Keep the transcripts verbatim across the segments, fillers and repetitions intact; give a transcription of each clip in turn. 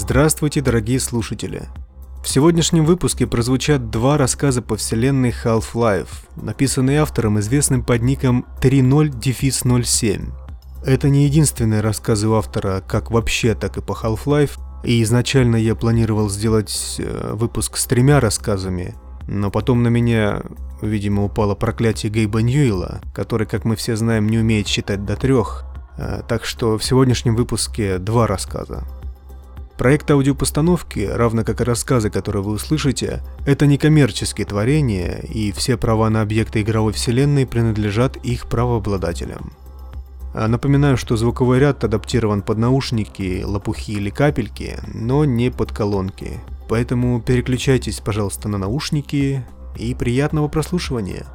Здравствуйте, дорогие слушатели! В сегодняшнем выпуске прозвучат два рассказа по вселенной Half-Life, написанные автором, известным под ником три ноль ноль семь. Это не единственные рассказы у автора как вообще, так и по Half-Life, и изначально я планировал сделать выпуск с тремя рассказами, но потом на меня, видимо, упало проклятие Гейба Ньюэлла, который, как мы все знаем, не умеет считать до трех, так что в сегодняшнем выпуске два рассказа. Проект аудиопостановки, равно как и рассказы, которые вы услышите, это некоммерческие творения, и все права на объекты игровой вселенной принадлежат их правообладателям. А напоминаю, что звуковой ряд адаптирован под наушники, лопухи или капельки, но не под колонки. Поэтому переключайтесь, пожалуйста, на наушники и приятного прослушивания.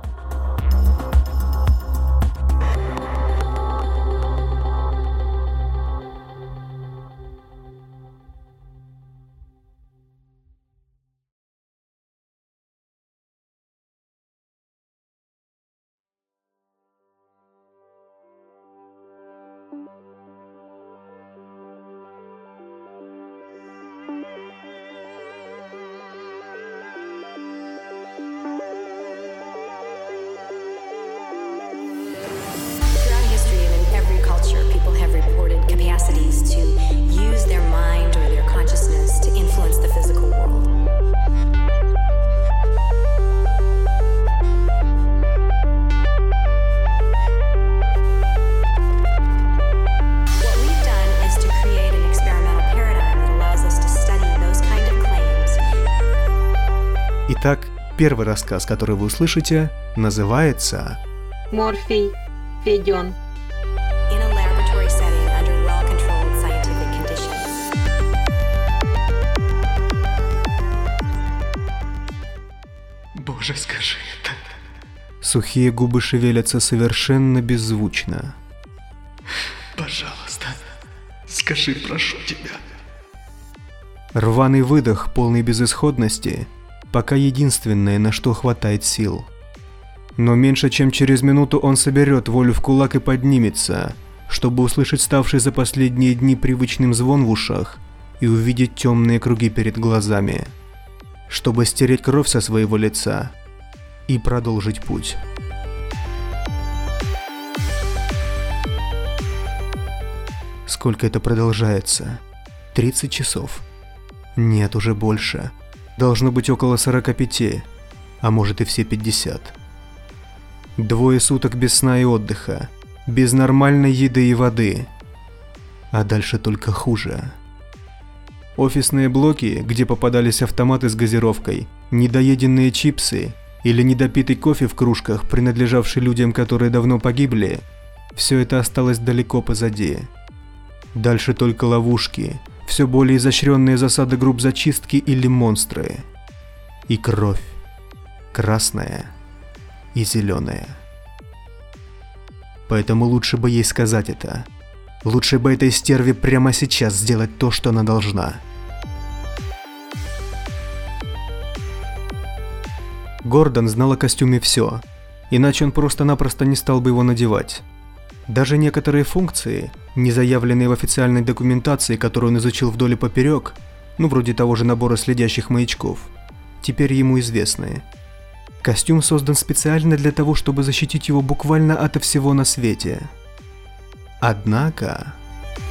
Итак, первый рассказ, который вы услышите, называется Морфий введен. Боже, скажи это. Сухие губы шевелятся совершенно беззвучно. Пожалуйста, скажи, прошу тебя. Рваный выдох, полный безысходности, пока единственное, на что хватает сил. Но меньше чем через минуту он соберет волю в кулак и поднимется, чтобы услышать ставший за последние дни привычным звон в ушах и увидеть темные круги перед глазами, чтобы стереть кровь со своего лица и продолжить путь. Сколько это продолжается? тридцать часов? Нет, уже больше. Должно быть около сорока пяти, а может и все пятьдесят. Двое суток без сна и отдыха, без нормальной еды и воды. А дальше только хуже. Офисные блоки, где попадались автоматы с газировкой, недоеденные чипсы или недопитый кофе в кружках, принадлежавший людям, которые давно погибли, все это осталось далеко позади. Дальше только ловушки, все более изощренные засады групп зачистки или монстры. И кровь. Красная и зеленая. Поэтому лучше бы ей сказать это. Лучше бы этой стерве прямо сейчас сделать то, что она должна. Гордон знал о костюме все, иначе он просто-напросто не стал бы его надевать. Даже некоторые функции, не заявленные в официальной документации, которую он изучил вдоль и поперек, ну вроде того же набора следящих маячков, теперь ему известны. Костюм создан специально для того, чтобы защитить его буквально ото всего на свете. Однако...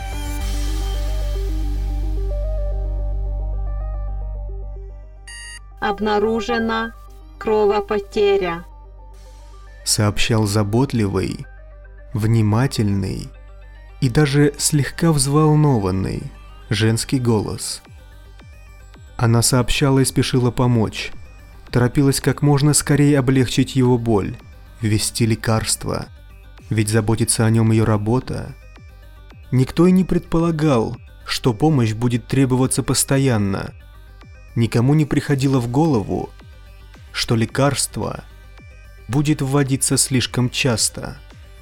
Обнаружена кровопотеря, сообщал заботливый, внимательный и даже слегка взволнованный женский голос. Она сообщала и спешила помочь, торопилась как можно скорее облегчить его боль, ввести лекарства, ведь заботиться о нем ее работа. Никто и не предполагал, что помощь будет требоваться постоянно. Никому не приходило в голову, что лекарство будет вводиться слишком часто.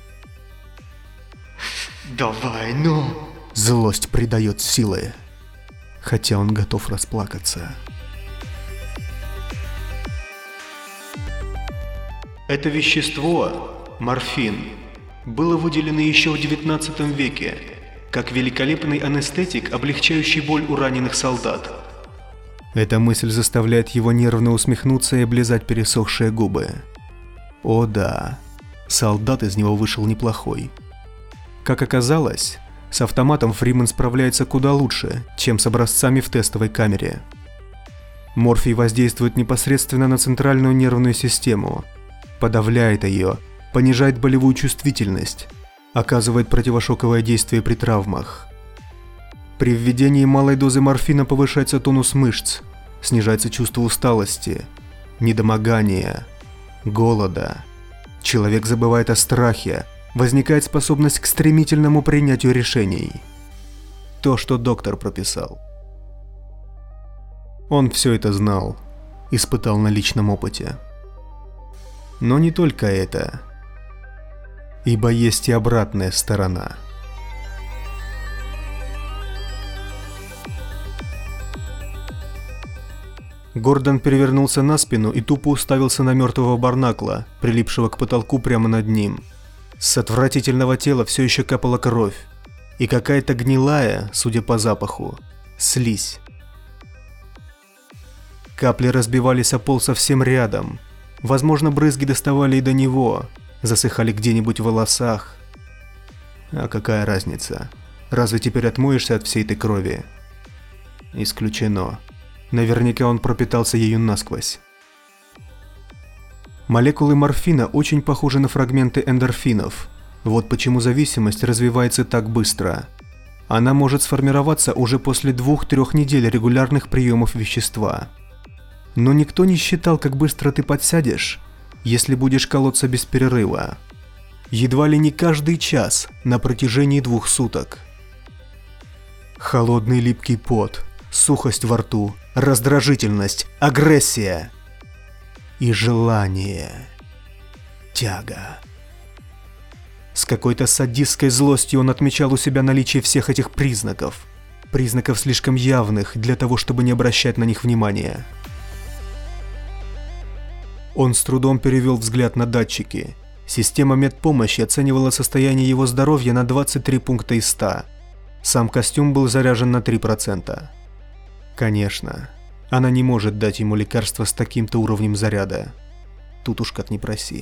Давай, ну! Злость придает силы, хотя он готов расплакаться. Это вещество, морфин, было выделено еще в девятнадцатом веке как великолепный анестетик, облегчающий боль у раненых солдат. Эта мысль заставляет его нервно усмехнуться и облизать пересохшие губы. О да, солдат из него вышел неплохой. Как оказалось, с автоматом Фриман справляется куда лучше, чем с образцами в тестовой камере. Морфий воздействует непосредственно на центральную нервную систему, подавляет ее, понижает болевую чувствительность, оказывает противошоковое действие при травмах. При введении малой дозы морфина повышается тонус мышц, снижается чувство усталости, недомогания, голода. Человек забывает о страхе, возникает способность к стремительному принятию решений. То, что доктор прописал. Он все это знал, испытал на личном опыте. Но не только это, ибо есть и обратная сторона. Гордон перевернулся на спину и тупо уставился на мертвого Барнакла, прилипшего к потолку прямо над ним. С отвратительного тела все еще капала кровь, и какая-то гнилая, судя по запаху, слизь. Капли разбивались о пол совсем рядом. Возможно, брызги доставали и до него, засыхали где-нибудь в волосах. А какая разница? Разве теперь отмоешься от всей этой крови? Исключено. Наверняка он пропитался ею насквозь. Молекулы морфина очень похожи на фрагменты эндорфинов. Вот почему зависимость развивается так быстро. Она может сформироваться уже после двух-трех недель регулярных приемов вещества. Но никто не считал, как быстро ты подсядешь, если будешь колоться без перерыва. Едва ли не каждый час на протяжении двух суток. Холодный липкий пот, сухость во рту, раздражительность, агрессия и желание, тяга. С какой-то садистской злостью он отмечал у себя наличие всех этих признаков. Признаков слишком явных для того, чтобы не обращать на них внимания. Он с трудом перевел взгляд на датчики. Система медпомощи оценивала состояние его здоровья на двадцать три пункта из ста. Сам костюм был заряжен на три процента. Конечно, она не может дать ему лекарство с таким-то уровнем заряда. Тут уж как ни проси.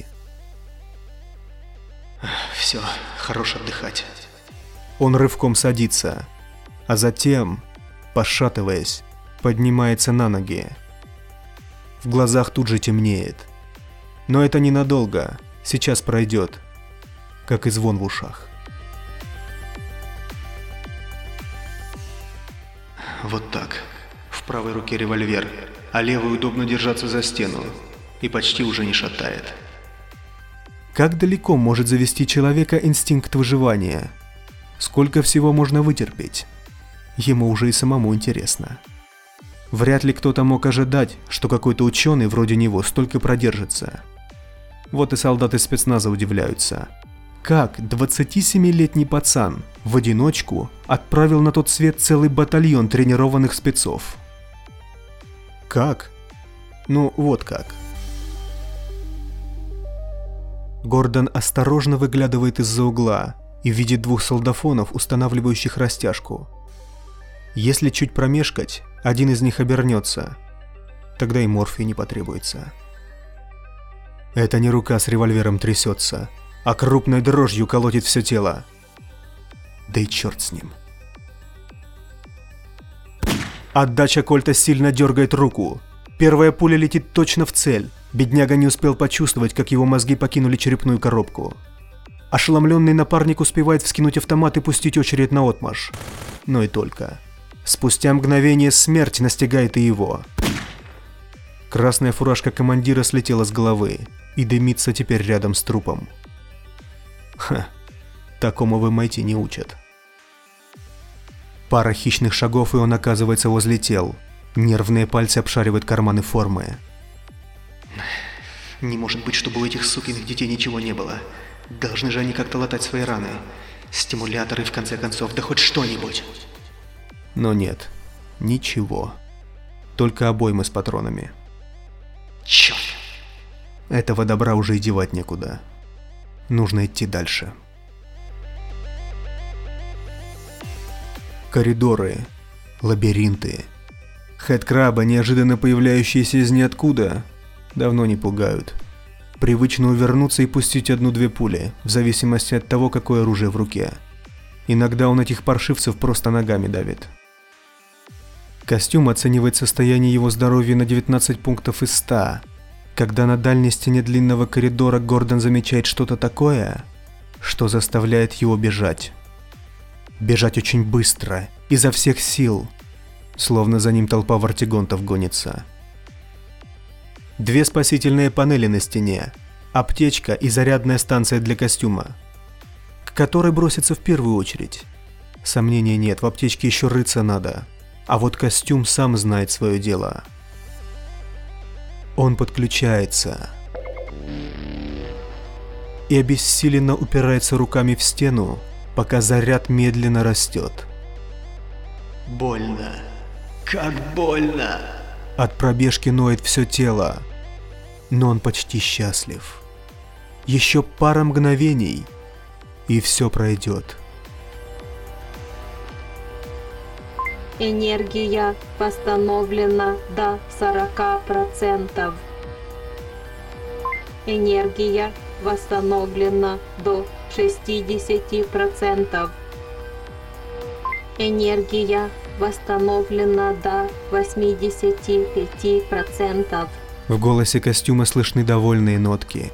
Все, хорош отдыхать. Он рывком садится, а затем, пошатываясь, поднимается на ноги. В глазах тут же темнеет. Но это ненадолго, сейчас пройдет, как и звон в ушах. Вот так. В правой руке револьвер, а левой удобно держаться за стену. И почти уже не шатает. Как далеко может завести человека инстинкт выживания? Сколько всего можно вытерпеть? Ему уже и самому интересно. Вряд ли кто-то мог ожидать, что какой-то ученый вроде него столько продержится. Вот и солдаты спецназа удивляются. Как двадцатисемилетний пацан в одиночку отправил на тот свет целый батальон тренированных спецов? Как? Ну вот как. Гордон осторожно выглядывает из-за угла и видит двух солдафонов, устанавливающих растяжку. Если чуть промешкать, один из них обернется. Тогда и морфий не потребуется. Это не рука с револьвером трясется, а крупной дрожью колотит все тело. Да и черт с ним. Отдача кольта сильно дергает руку. Первая пуля летит точно в цель. Бедняга не успел почувствовать, как его мозги покинули черепную коробку. Ошеломленный напарник успевает вскинуть автомат и пустить очередь наотмашь. Но и только. Спустя мгновение смерть настигает и его. Красная фуражка командира слетела с головы и дымится теперь рядом с трупом. Ха, такому в эм ай ти не учат. Пара хищных шагов, и он оказывается возле тел. Нервные пальцы обшаривают карманы формы. Не может быть, чтобы у этих сукиных детей ничего не было. Должны же они как-то латать свои раны. Стимуляторы, в конце концов, да хоть что-нибудь. Но нет, ничего. Только обоймы с патронами. Черт! Этого добра уже и девать некуда. Нужно идти дальше. Коридоры, лабиринты. Хэдкраба, неожиданно появляющиеся из ниоткуда, давно не пугают. Привычно увернуться и пустить одну-две пули, в зависимости от того, какое оружие в руке. Иногда он этих паршивцев просто ногами давит. Костюм оценивает состояние его здоровья на девятнадцать пунктов из ста. Когда на дальней стене длинного коридора Гордон замечает что-то такое, что заставляет его бежать. Бежать очень быстро, изо всех сил, словно за ним толпа вартигонтов гонится. Две спасительные панели на стене, аптечка и зарядная станция для костюма, к которой бросится в первую очередь. Сомнений нет, в аптечке еще рыться надо, а вот костюм сам знает свое дело. Он подключается и обессиленно упирается руками в стену, пока заряд медленно растет. Больно. Как больно. От пробежки ноет все тело, но он почти счастлив. Еще пара мгновений, и все пройдет. Энергия восстановлена до сорока процентов. Энергия восстановлена до шестидесяти процентов. Энергия восстановлена до восьмидесяти пяти процентов. В голосе костюма слышны довольные нотки.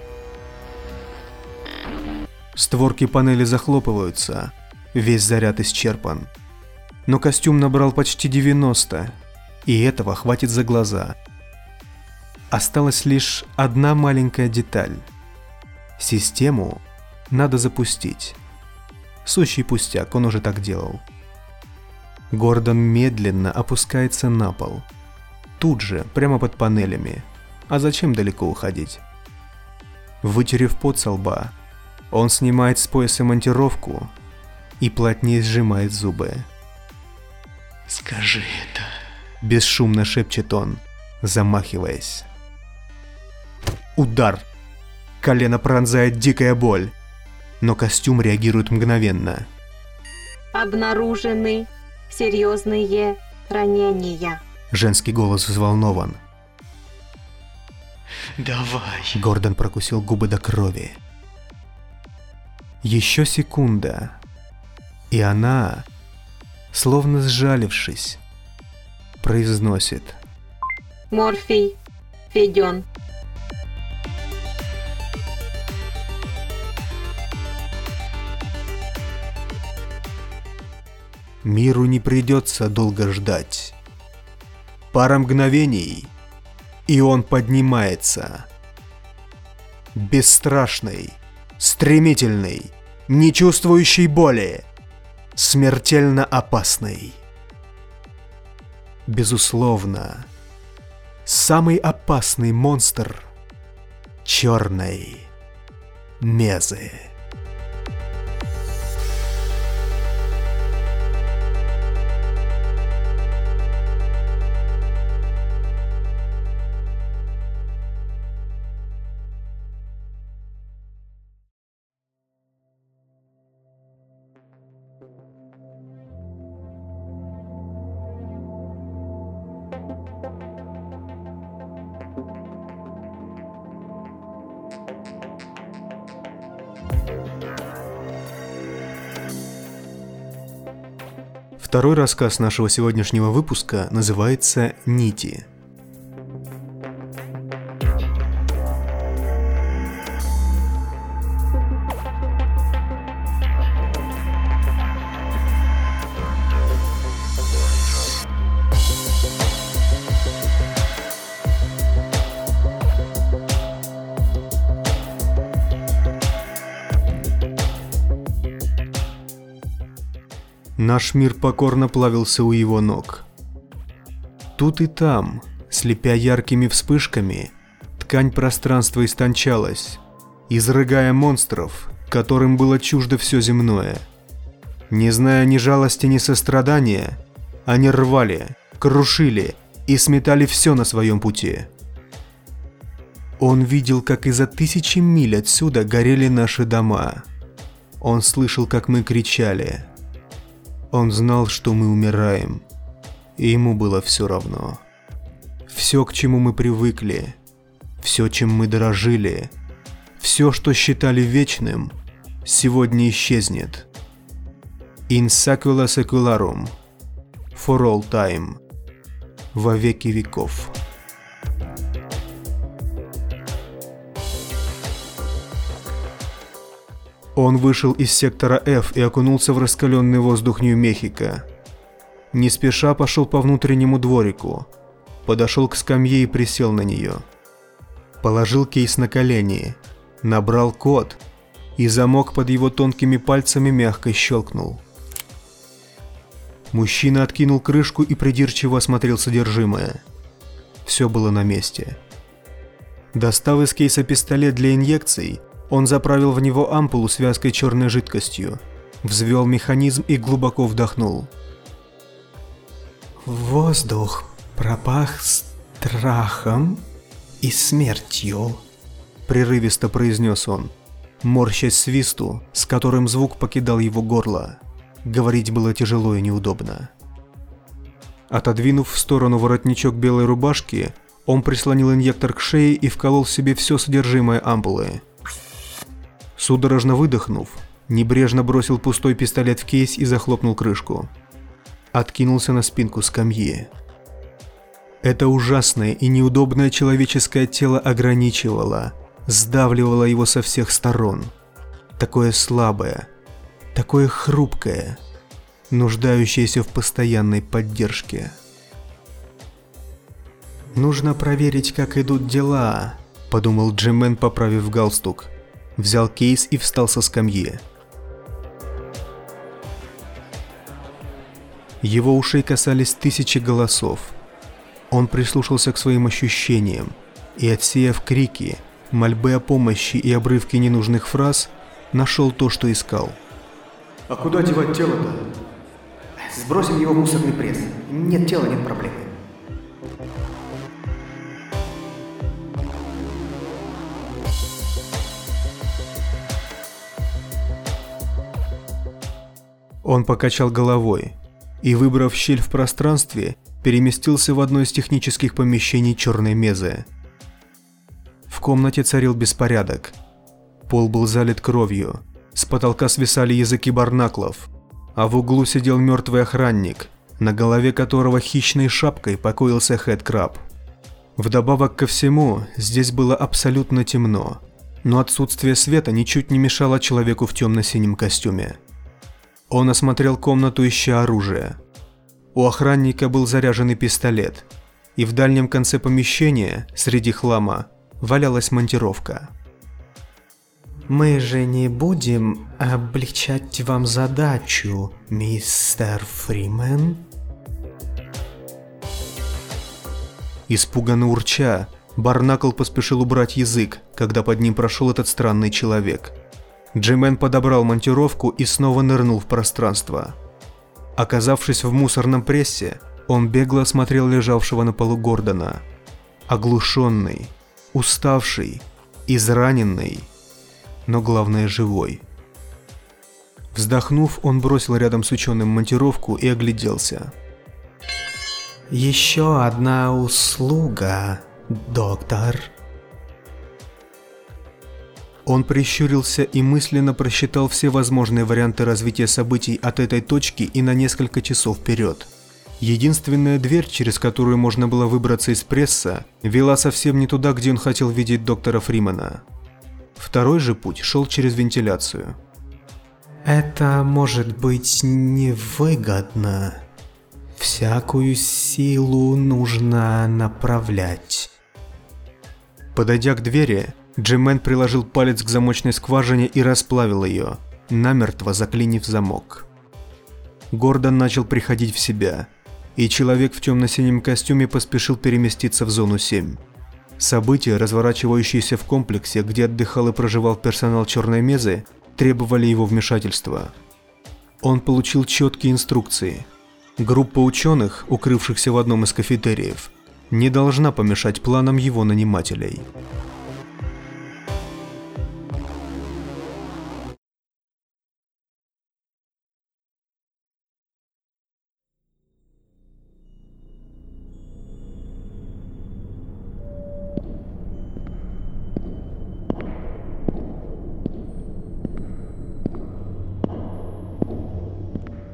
Створки панели захлопываются, весь заряд исчерпан. Но костюм набрал почти девяносто, и этого хватит за глаза. Осталась лишь одна маленькая деталь. Систему надо запустить. Сущий пустяк, он уже так делал. Гордон медленно опускается на пол. Тут же, прямо под панелями. А зачем далеко уходить? Вытерев пот со лба, он снимает с пояса монтировку и плотнее сжимает зубы. Скажи это. Бесшумно шепчет он, замахиваясь. Удар! Колено пронзает дикая боль, но костюм реагирует мгновенно. Обнаружены серьезные ранения. Женский голос взволнован. Давай. Гордон прокусил губы до крови. Еще секунда, и она, словно сжалившись, произносит: Морфий введен. Миру не придется долго ждать. Пара мгновений, и он поднимается. Бесстрашный, стремительный, не чувствующий боли, смертельно опасный. Безусловно, самый опасный монстр черной мезы. Второй рассказ нашего сегодняшнего выпуска называется «Нити». Наш мир покорно плавился у его ног. Тут и там, слепя яркими вспышками, ткань пространства истончалась, изрыгая монстров, которым было чуждо все земное. Не зная ни жалости, ни сострадания, они рвали, крушили и сметали все на своем пути. Он видел, как из-за тысячи миль отсюда горели наши дома. Он слышал, как мы кричали. Он знал, что мы умираем, и ему было все равно. Все, к чему мы привыкли, все, чем мы дорожили, все, что считали вечным, сегодня исчезнет. In secula secularum, for all time, во веки веков. Он вышел из сектора F и окунулся в раскаленный воздух Нью-Мехико. Не спеша пошел по внутреннему дворику, подошел к скамье и присел на нее. Положил кейс на колени, набрал код, и замок под его тонкими пальцами мягко щелкнул. Мужчина откинул крышку и придирчиво осмотрел содержимое. Все было на месте. Достав из кейса пистолет для инъекций, он заправил в него ампулу с вязкой черной жидкостью, взвел механизм и глубоко вдохнул. Воздух пропах страхом и смертью, прерывисто произнес он, морщась свисту, с которым звук покидал его горло. Говорить было тяжело и неудобно. Отодвинув в сторону воротничок белой рубашки, он прислонил инъектор к шее и вколол в себе все содержимое ампулы. Судорожно выдохнув, небрежно бросил пустой пистолет в кейс и захлопнул крышку. Откинулся на спинку скамьи. Это ужасное и неудобное человеческое тело ограничивало, сдавливало его со всех сторон. Такое слабое, такое хрупкое, нуждающееся в постоянной поддержке. «Нужно проверить, как идут дела», — подумал Джи-Мен, поправив галстук. Взял кейс и встал со скамьи. Его ушей касались тысячи голосов. Он прислушался к своим ощущениям и, отсеяв крики, мольбы о помощи и обрывки ненужных фраз, нашел то, что искал. А куда девать тело-то? Сбросим его в мусорный пресс. Нет тела, нет проблемы. Он покачал головой и, выбрав щель в пространстве, переместился в одно из технических помещений черной мезы. В комнате царил беспорядок. Пол был залит кровью, с потолка свисали языки барнаклов, а в углу сидел мертвый охранник, на голове которого хищной шапкой покоился Хэдкраб. Вдобавок ко всему, здесь было абсолютно темно, но отсутствие света ничуть не мешало человеку в темно-синем костюме. Он осмотрел комнату, ища оружие. У охранника был заряженный пистолет, и в дальнем конце помещения, среди хлама, валялась монтировка. «Мы же не будем облегчать вам задачу, мистер Фримен?» Испуганно урча, Барнакл поспешил убрать язык, когда под ним прошел этот странный человек. Джи-Мен подобрал монтировку и снова нырнул в пространство. Оказавшись в мусорном прессе, он бегло осмотрел лежавшего на полу Гордона. Оглушенный, уставший, израненный, но главное живой. Вздохнув, он бросил рядом с ученым монтировку и огляделся. «Еще одна услуга, доктор». Он прищурился и мысленно просчитал все возможные варианты развития событий от этой точки и на несколько часов вперед. Единственная дверь, через которую можно было выбраться из пресса, вела совсем не туда, где он хотел видеть доктора Фримена. Второй же путь шел через вентиляцию. «Это может быть невыгодно. Всякую силу нужно направлять». Подойдя к двери, Джи-Мен приложил палец к замочной скважине и расплавил ее, намертво заклинив замок. Гордон начал приходить в себя, и человек в темно-синем костюме поспешил переместиться в зону семь. События, разворачивающиеся в комплексе, где отдыхал и проживал персонал черной мезы, требовали его вмешательства. Он получил четкие инструкции. Группа ученых, укрывшихся в одном из кафетериев, не должна помешать планам его нанимателей.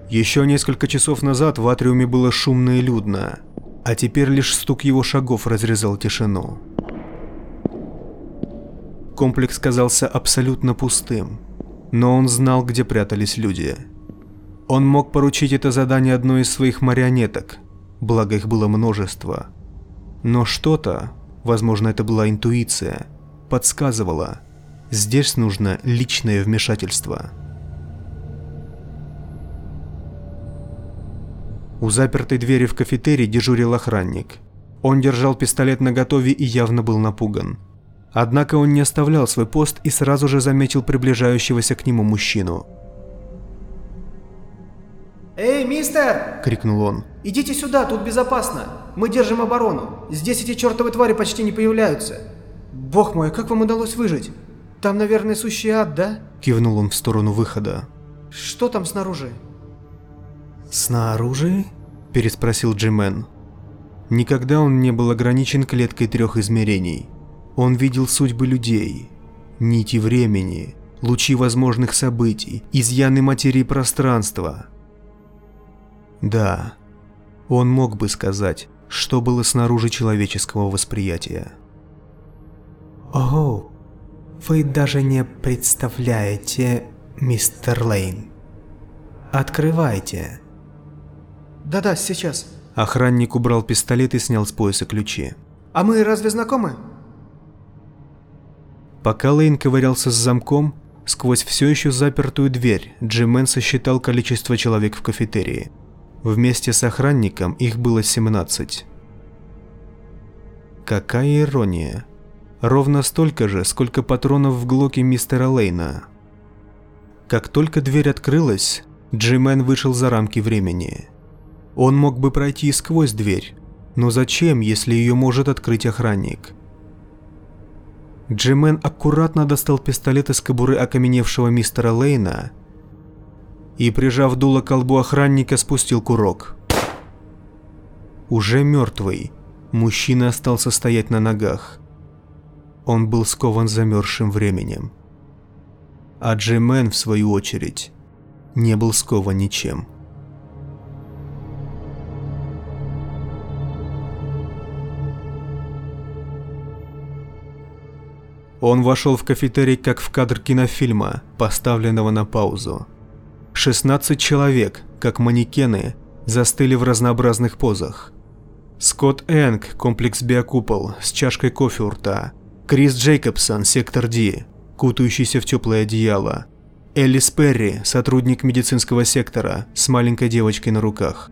Еще несколько часов назад в атриуме было шумно и людно, а теперь лишь стук его шагов разрезал тишину. Комплекс казался абсолютно пустым, но он знал, где прятались люди. Он мог поручить это задание одной из своих марионеток, благо их было множество. Но что-то, возможно, это была интуиция, подсказывало, здесь нужно личное вмешательство. У запертой двери в кафетерий дежурил охранник. Он держал пистолет наготове и явно был напуган. Однако он не оставлял свой пост и сразу же заметил приближающегося к нему мужчину. «Эй, мистер!» – крикнул он. «Идите сюда, тут безопасно. Мы держим оборону. Здесь эти чертовы твари почти не появляются. Бог мой, как вам удалось выжить? Там, наверное, сущий ад, да?» Кивнул он в сторону выхода. «Что там снаружи?» «Снаружи?» – переспросил Джи-Мен. Никогда он не был ограничен клеткой трех измерений. Он видел судьбы людей, нити времени, лучи возможных событий, изъяны материи пространства. Да, он мог бы сказать, что было снаружи человеческого восприятия. О, вы даже не представляете, мистер Лейн. Открывайте. Да-да, сейчас. Охранник убрал пистолет и снял с пояса ключи. А мы разве знакомы? Пока Лейн ковырялся с замком, сквозь все еще запертую дверь Джи-Мен сосчитал количество человек в кафетерии. Вместе с охранником их было семнадцать. Какая ирония. Ровно столько же, сколько патронов в глоке мистера Лейна. Как только дверь открылась, Джи-Мен вышел за рамки времени. Он мог бы пройти сквозь дверь, но зачем, если ее может открыть охранник? Джи-Мен аккуратно достал пистолет из кобуры окаменевшего мистера Лейна и, прижав дуло к колбу охранника, спустил курок. Уже мертвый, мужчина остался стоять на ногах. Он был скован замерзшим временем. А Джи-Мен, в свою очередь, не был скован ничем. Он вошел в кафетерий как в кадр кинофильма, поставленного на паузу. шестнадцать человек, как манекены, застыли в разнообразных позах. Скотт Энг, комплекс Биокупол, с чашкой кофе у рта. Крис Джейкобсон, сектор Ди, кутающийся в теплое одеяло. Элис Перри, сотрудник медицинского сектора, с маленькой девочкой на руках.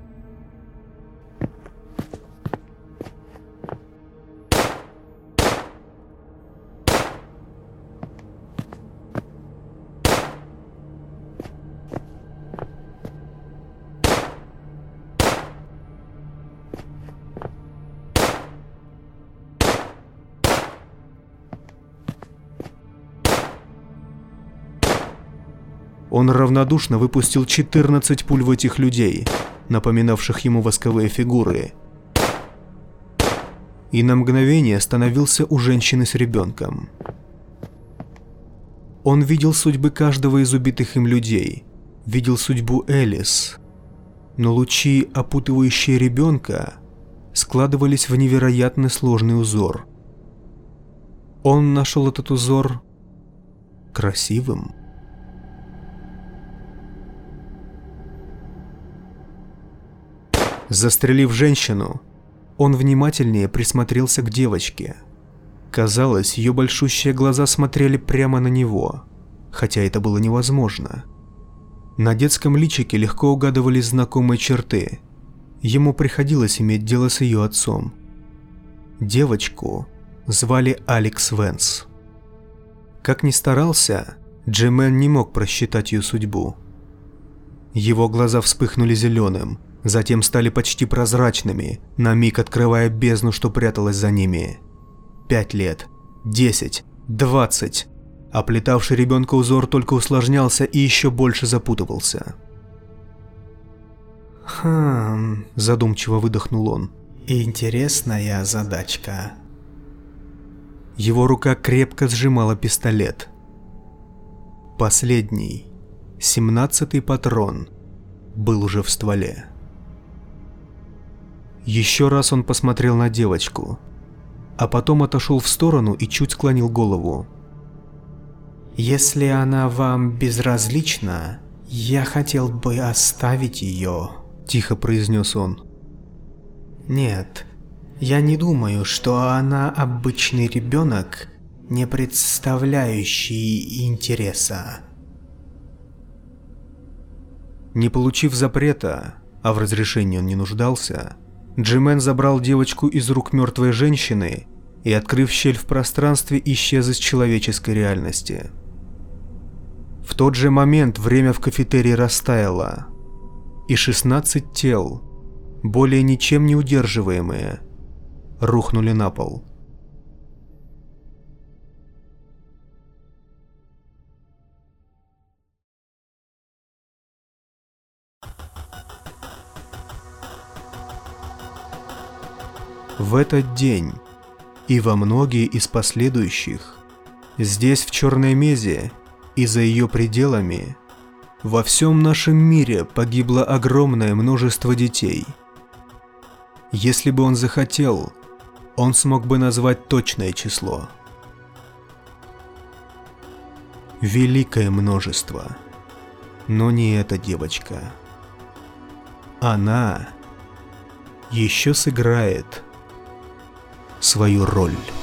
Он равнодушно выпустил четырнадцать пуль в этих людей, напоминавших ему восковые фигуры, и на мгновение остановился у женщины с ребенком. Он видел судьбы каждого из убитых им людей, видел судьбу Элис, но лучи, опутывающие ребенка, складывались в невероятно сложный узор. Он нашел этот узор красивым. Застрелив женщину, он внимательнее присмотрелся к девочке. Казалось, ее большущие глаза смотрели прямо на него, хотя это было невозможно. На детском личике легко угадывались знакомые черты. Ему приходилось иметь дело с ее отцом. Девочку звали Алекс Венс. Как ни старался, Джи-Мен не мог просчитать ее судьбу. Его глаза вспыхнули зеленым, затем стали почти прозрачными, на миг открывая бездну, что пряталась за ними. Пять лет, десять, двадцать. Оплетавший ребенка узор только усложнялся и еще больше запутывался. Хм, задумчиво выдохнул он. Интересная задачка. Его рука крепко сжимала пистолет. Последний, семнадцатый патрон был уже в стволе. Еще раз он посмотрел на девочку, а потом отошел в сторону и чуть склонил голову. Если она вам безразлична, я хотел бы оставить ее, тихо произнес он. Нет, я не думаю, что она обычный ребенок, не представляющий интереса. Не получив запрета, а в разрешении он не нуждался, Джи-Мен забрал девочку из рук мертвой женщины и, открыв щель в пространстве, исчез из человеческой реальности. В тот же момент время в кафетерии растаяло, и шестнадцать тел, более ничем не удерживаемые, рухнули на пол. В этот день и во многие из последующих, здесь, в Черной Мезе и за ее пределами, во всем нашем мире погибло огромное множество детей. Если бы он захотел, он смог бы назвать точное число. Великое множество. Но не эта девочка. Она еще сыграет свою роль.